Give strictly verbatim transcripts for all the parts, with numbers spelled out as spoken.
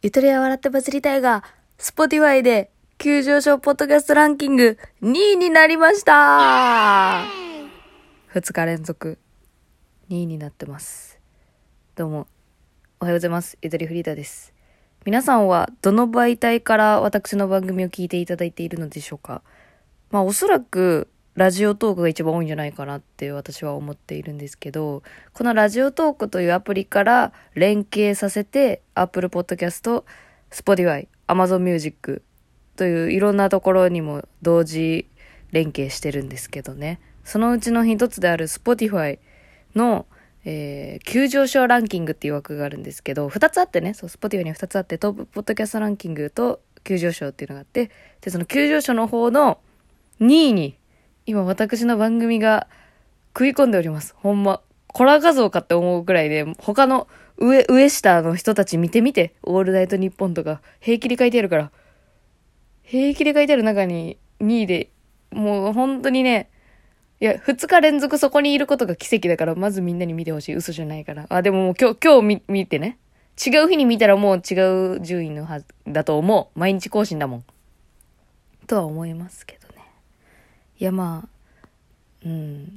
ゆとりは笑ってバズりたいが、Spotify で急上昇ポッドキャストランキングにいになりました。ふつか連続にいになってます。どうも、おはようございます。ゆとりフリーダーです。皆さんはどの媒体から私の番組を聞いていただいているのでしょうか。まあおそらくラジオトークが一番多いんじゃないかなって私は思っているんですけど、このラジオトークというアプリから連携させて Apple Podcast、Spotify、Amazon Music といういろんなところにも同時連携してるんですけどね。そのうちの一つである Spotify の、えー、急上昇ランキングっていう枠があるんですけど、二つあってね、そう Spotify には二つあって、トップポッドキャストランキングと急上昇っていうのがあって、でその急上昇の方のにいに今私の番組が食い込んでおります。ほんま。コラ画像かって思うくらいで、他の上、上下の人たち見てみて。オールナイトニッポンとか平気で書いてあるから。平気で書いてある中ににいで、もう本当にね、いや、ふつか連続そこにいることが奇跡だから、まずみんなに見てほしい。嘘じゃないから。あ、でももう今日、今日見、見てね。違う日に見たらもう違う順位のはずだと思う。毎日更新だもん。とは思いますけどね。いやまあ、うん。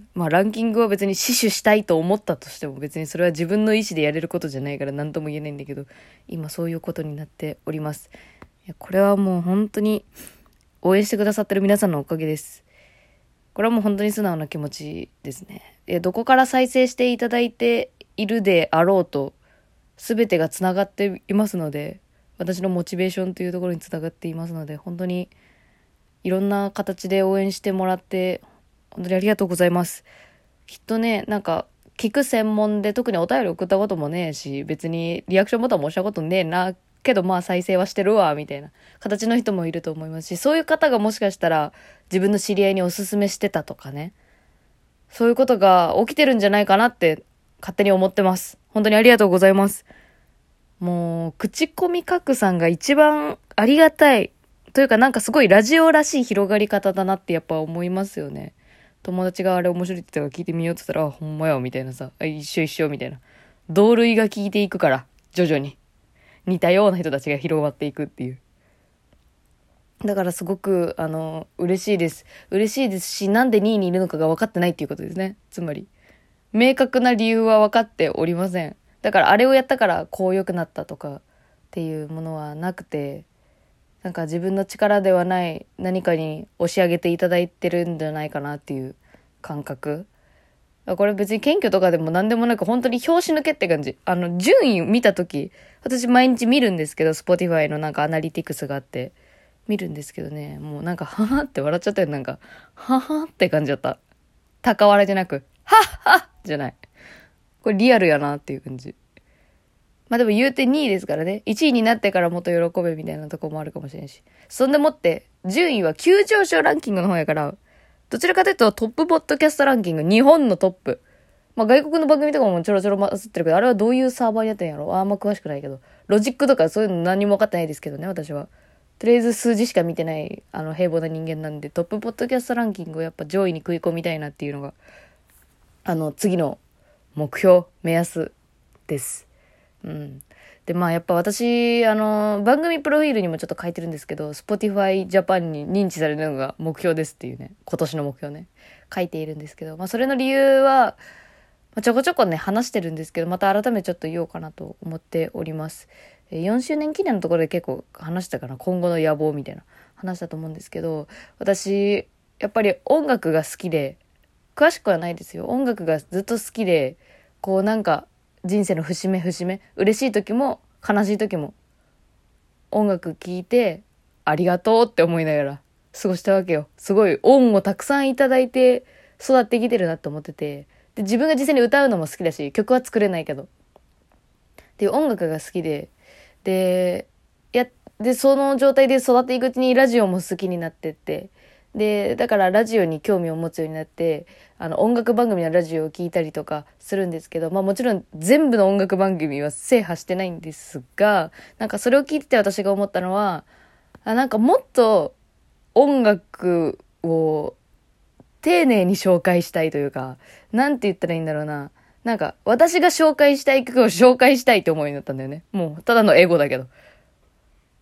まあランキングは別に死守したいと思ったとしても別にそれは自分の意思でやれることじゃないから何とも言えないんだけど、今そういうことになっております。いやこれはもう本当に応援してくださってる皆さんのおかげです。これはもう本当に素直な気持ちですね。いやどこから再生していただいているであろうと全てがつながっていますので、私のモチベーションというところにつながっていますので、本当にいろんな形で応援してもらって本当にありがとうございます。きっとね、なんか聞く専門で特にお便り送ったこともねえし、別にリアクションボタンも押したことねえなけど、まあ再生はしてるわみたいな形の人もいると思いますし、そういう方がもしかしたら自分の知り合いにおすすめしてたとかね、そういうことが起きてるんじゃないかなって勝手に思ってます。本当にありがとうございます。もう口コミ書くさんが一番ありがたいというか、なんかすごいラジオらしい広がり方だなってやっぱ思いますよね。友達があれ面白いって言ったから聞いてみようって言ったら、あ、ほんまやみたいなさ、あ一緒一緒みたいな。同類が聞いていくから、徐々に。似たような人たちが広がっていくっていう。だからすごく、あの、嬉しいです。嬉しいですし、なんでにいにいるのかが分かってないっていうことですね。つまり。明確な理由は分かっておりません。だからあれをやったからこう良くなったとかっていうものはなくて、なんか自分の力ではない何かに押し上げていただいてるんじゃないかなっていう感覚。これ別に謙虚とかでも何でもなく本当に拍子抜けって感じ。あの順位見たとき、私毎日見るんですけど、Spotify のなんかアナリティクスがあって見るんですけどね、もうなんかははって笑っちゃったよ。なんかははって感じだった。高笑いじゃなくはっはっじゃない。これリアルやなっていう感じ。まあでも言うてにいですからね。いちいになってからもっと喜べみたいなとこもあるかもしれんし。そんでもって、順位は急上昇ランキングの方やから、どちらかというとトップポッドキャストランキング、日本のトップ。まあ外国の番組とかもちょろちょろ混ざってるけど、あれはどういうサーバーにやってんやろ。あんま詳しくないけど。ロジックとかそういうの何も分かってないですけどね、私は。とりあえず数字しか見てない、あの、平凡な人間なんで、トップポッドキャストランキングをやっぱ上位に食い込みたいなっていうのが、あの、次の目標、目安です。うん。で、まあやっぱ私、あの、番組プロフィールにもちょっと書いてるんですけど、Spotify Japan に認知されるのが目標ですっていうね、今年の目標ね、書いているんですけど、まあそれの理由は、まあ、ちょこちょこね、話してるんですけど、また改めてちょっと言おうかなと思っております。よんしゅうねん記念のところで結構話したかな、今後の野望みたいな話だと思うんですけど、私、やっぱり音楽が好きで、詳しくはないですよ。音楽がずっと好きで、こうなんか、人生の節目節目、嬉しい時も悲しい時も音楽聴いてありがとうって思いながら過ごしたわけよ。すごい恩をたくさんいただいて育ってきてるなって思ってて、で自分が実際に歌うのも好きだし、曲は作れないけどっていう音楽が好きで、でやでその状態で育っていくうちにラジオも好きになってって、でだからラジオに興味を持つようになって、あの音楽番組のラジオを聞いたりとかするんですけど、まあもちろん全部の音楽番組は制覇してないんですが、なんかそれを聞いてて私が思ったのは、あなんかもっと音楽を丁寧に紹介したいというか、なんて言ったらいいんだろうな、なんか私が紹介したい曲を紹介したいと思うようになったんだよね。もうただのエゴだけど、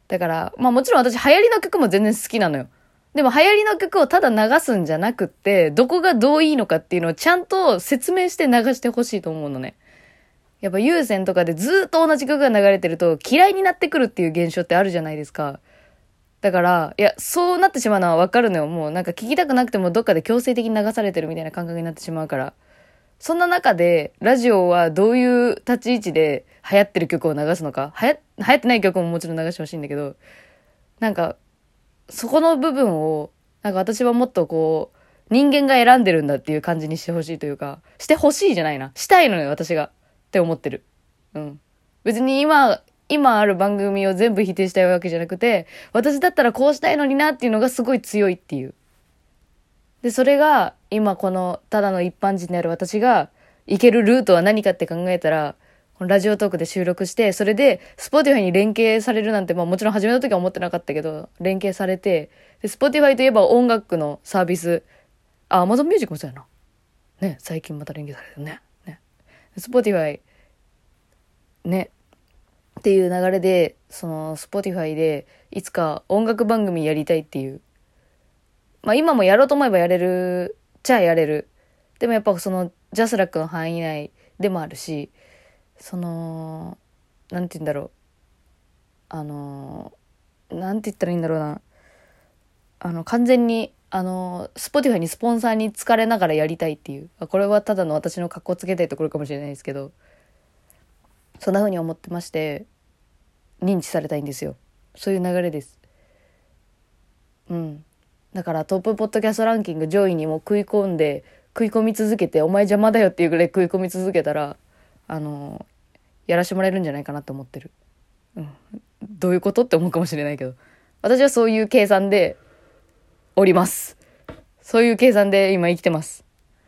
だから、まあもちろん私流行りの曲も全然好きなのよ。でも流行りの曲をただ流すんじゃなくって、どこがどういいのかっていうのをちゃんと説明して流してほしいと思うのね。やっぱ有線とかでずっと同じ曲が流れてると嫌いになってくるっていう現象ってあるじゃないですか。だから、いや、そうなってしまうのはわかるのよ。もうなんか聞きたくなくてもどっかで強制的に流されてるみたいな感覚になってしまうから。そんな中で、ラジオはどういう立ち位置で流行ってる曲を流すのか。流行、流行ってない曲ももちろん流してほしいんだけど、なんか、そこの部分を、なんか私はもっとこう、人間が選んでるんだっていう感じにしてほしいというか、してほしいじゃないな。したいのよ、私が。って思ってる。うん。別に今、今ある番組を全部否定したいわけじゃなくて、私だったらこうしたいのになっていうのがすごい強いっていう。で、それが、今この、ただの一般人である私が、行けるルートは何かって考えたら、このラジオトークで収録して、それで、Spotify に連携されるなんて、まあもちろん始めた時は思ってなかったけど、連携されて、で、Spotify といえば音楽のサービス、あ、Amazon Music もそうやな。ね、最近また連携されてるね。ね。Spotify、ね、っていう流れで、その、Spotify で、いつか音楽番組やりたいっていう、まあ今もやろうと思えばやれる、じゃあやれる。でもやっぱそのジャスラックの範囲内でもあるし、その、なんて言うんだろう。あの、なんて言ったらいいんだろうな。あの、完全に、あの、Spotify にスポンサーに疲れながらやりたいっていう。これはただの私の格好つけたいところかもしれないですけど、そんな風に思ってまして、認知されたいんですよ。そういう流れです。うん。だからトップポッドキャストランキング上位にも食い込んで、食い込み続けて、お前邪魔だよっていうぐらい食い込み続けたら、あの、やらしてもらえるんじゃないかなと思ってる。うん。どういうことって思うかもしれないけど。私はそういう計算でおります。そういう計算で今生きてます。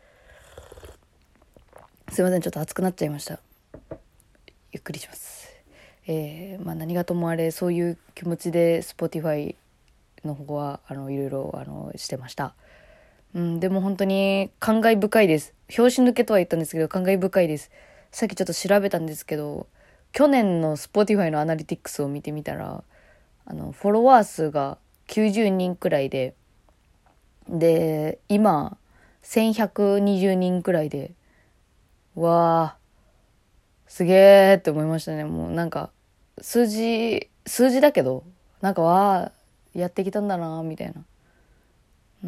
すいません、ちょっと熱くなっちゃいました。ゆっくりします。えー、まあ何がともあれ、そういう気持ちで Spotify の方は、あの、いろいろ、あの、してました。うん、でも本当に感慨深いです。拍子抜けとは言ったんですけど、感慨深いです。さっきちょっと調べたんですけど、去年の Spotify のアナリティクスを見てみたら、あの、フォロワー数がきゅうじゅうにんくらいで、で、今、せんひゃくにじゅうにんくらいで、わー、すげーって思いましたね。もうなんか、数字、数字だけど、なんかわー、やってきたんだなーみたいな。うん。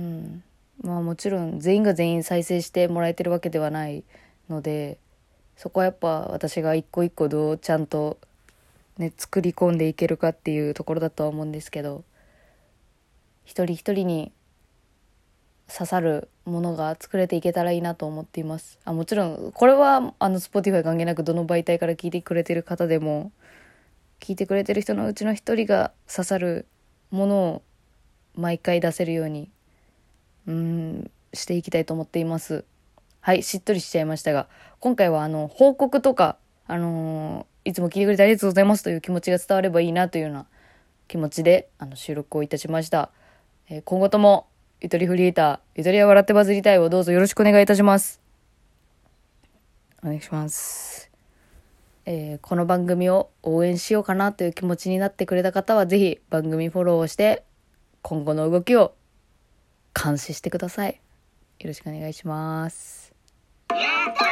まあもちろん全員が全員再生してもらえてるわけではないので、そこはやっぱ私が一個一個どうちゃんとね、作り込んでいけるかっていうところだとは思うんですけど、一人一人に刺さるものが作れていけたらいいなと思っています。あ、もちろんこれはあの Spotify 関係なくどの媒体から聞いてくれてる方でも、聞いてくれてる人のうちの一人が刺さるものを毎回出せるようにうーんしていきたいと思っています。はい、しっとりしちゃいましたが、今回はあの報告とか、あのーいつも聞いてくれてありがとうございますという気持ちが伝わればいいなというような気持ちであの収録をいたしました。えー今後ともゆとりフリーター、ゆとりは笑ってバズりたいをどうぞよろしくお願いいたします。お願いします。えーこの番組を応援しようかなという気持ちになってくれた方はぜひ番組フォローをして今後の動きを監視してください。よろしくお願いします。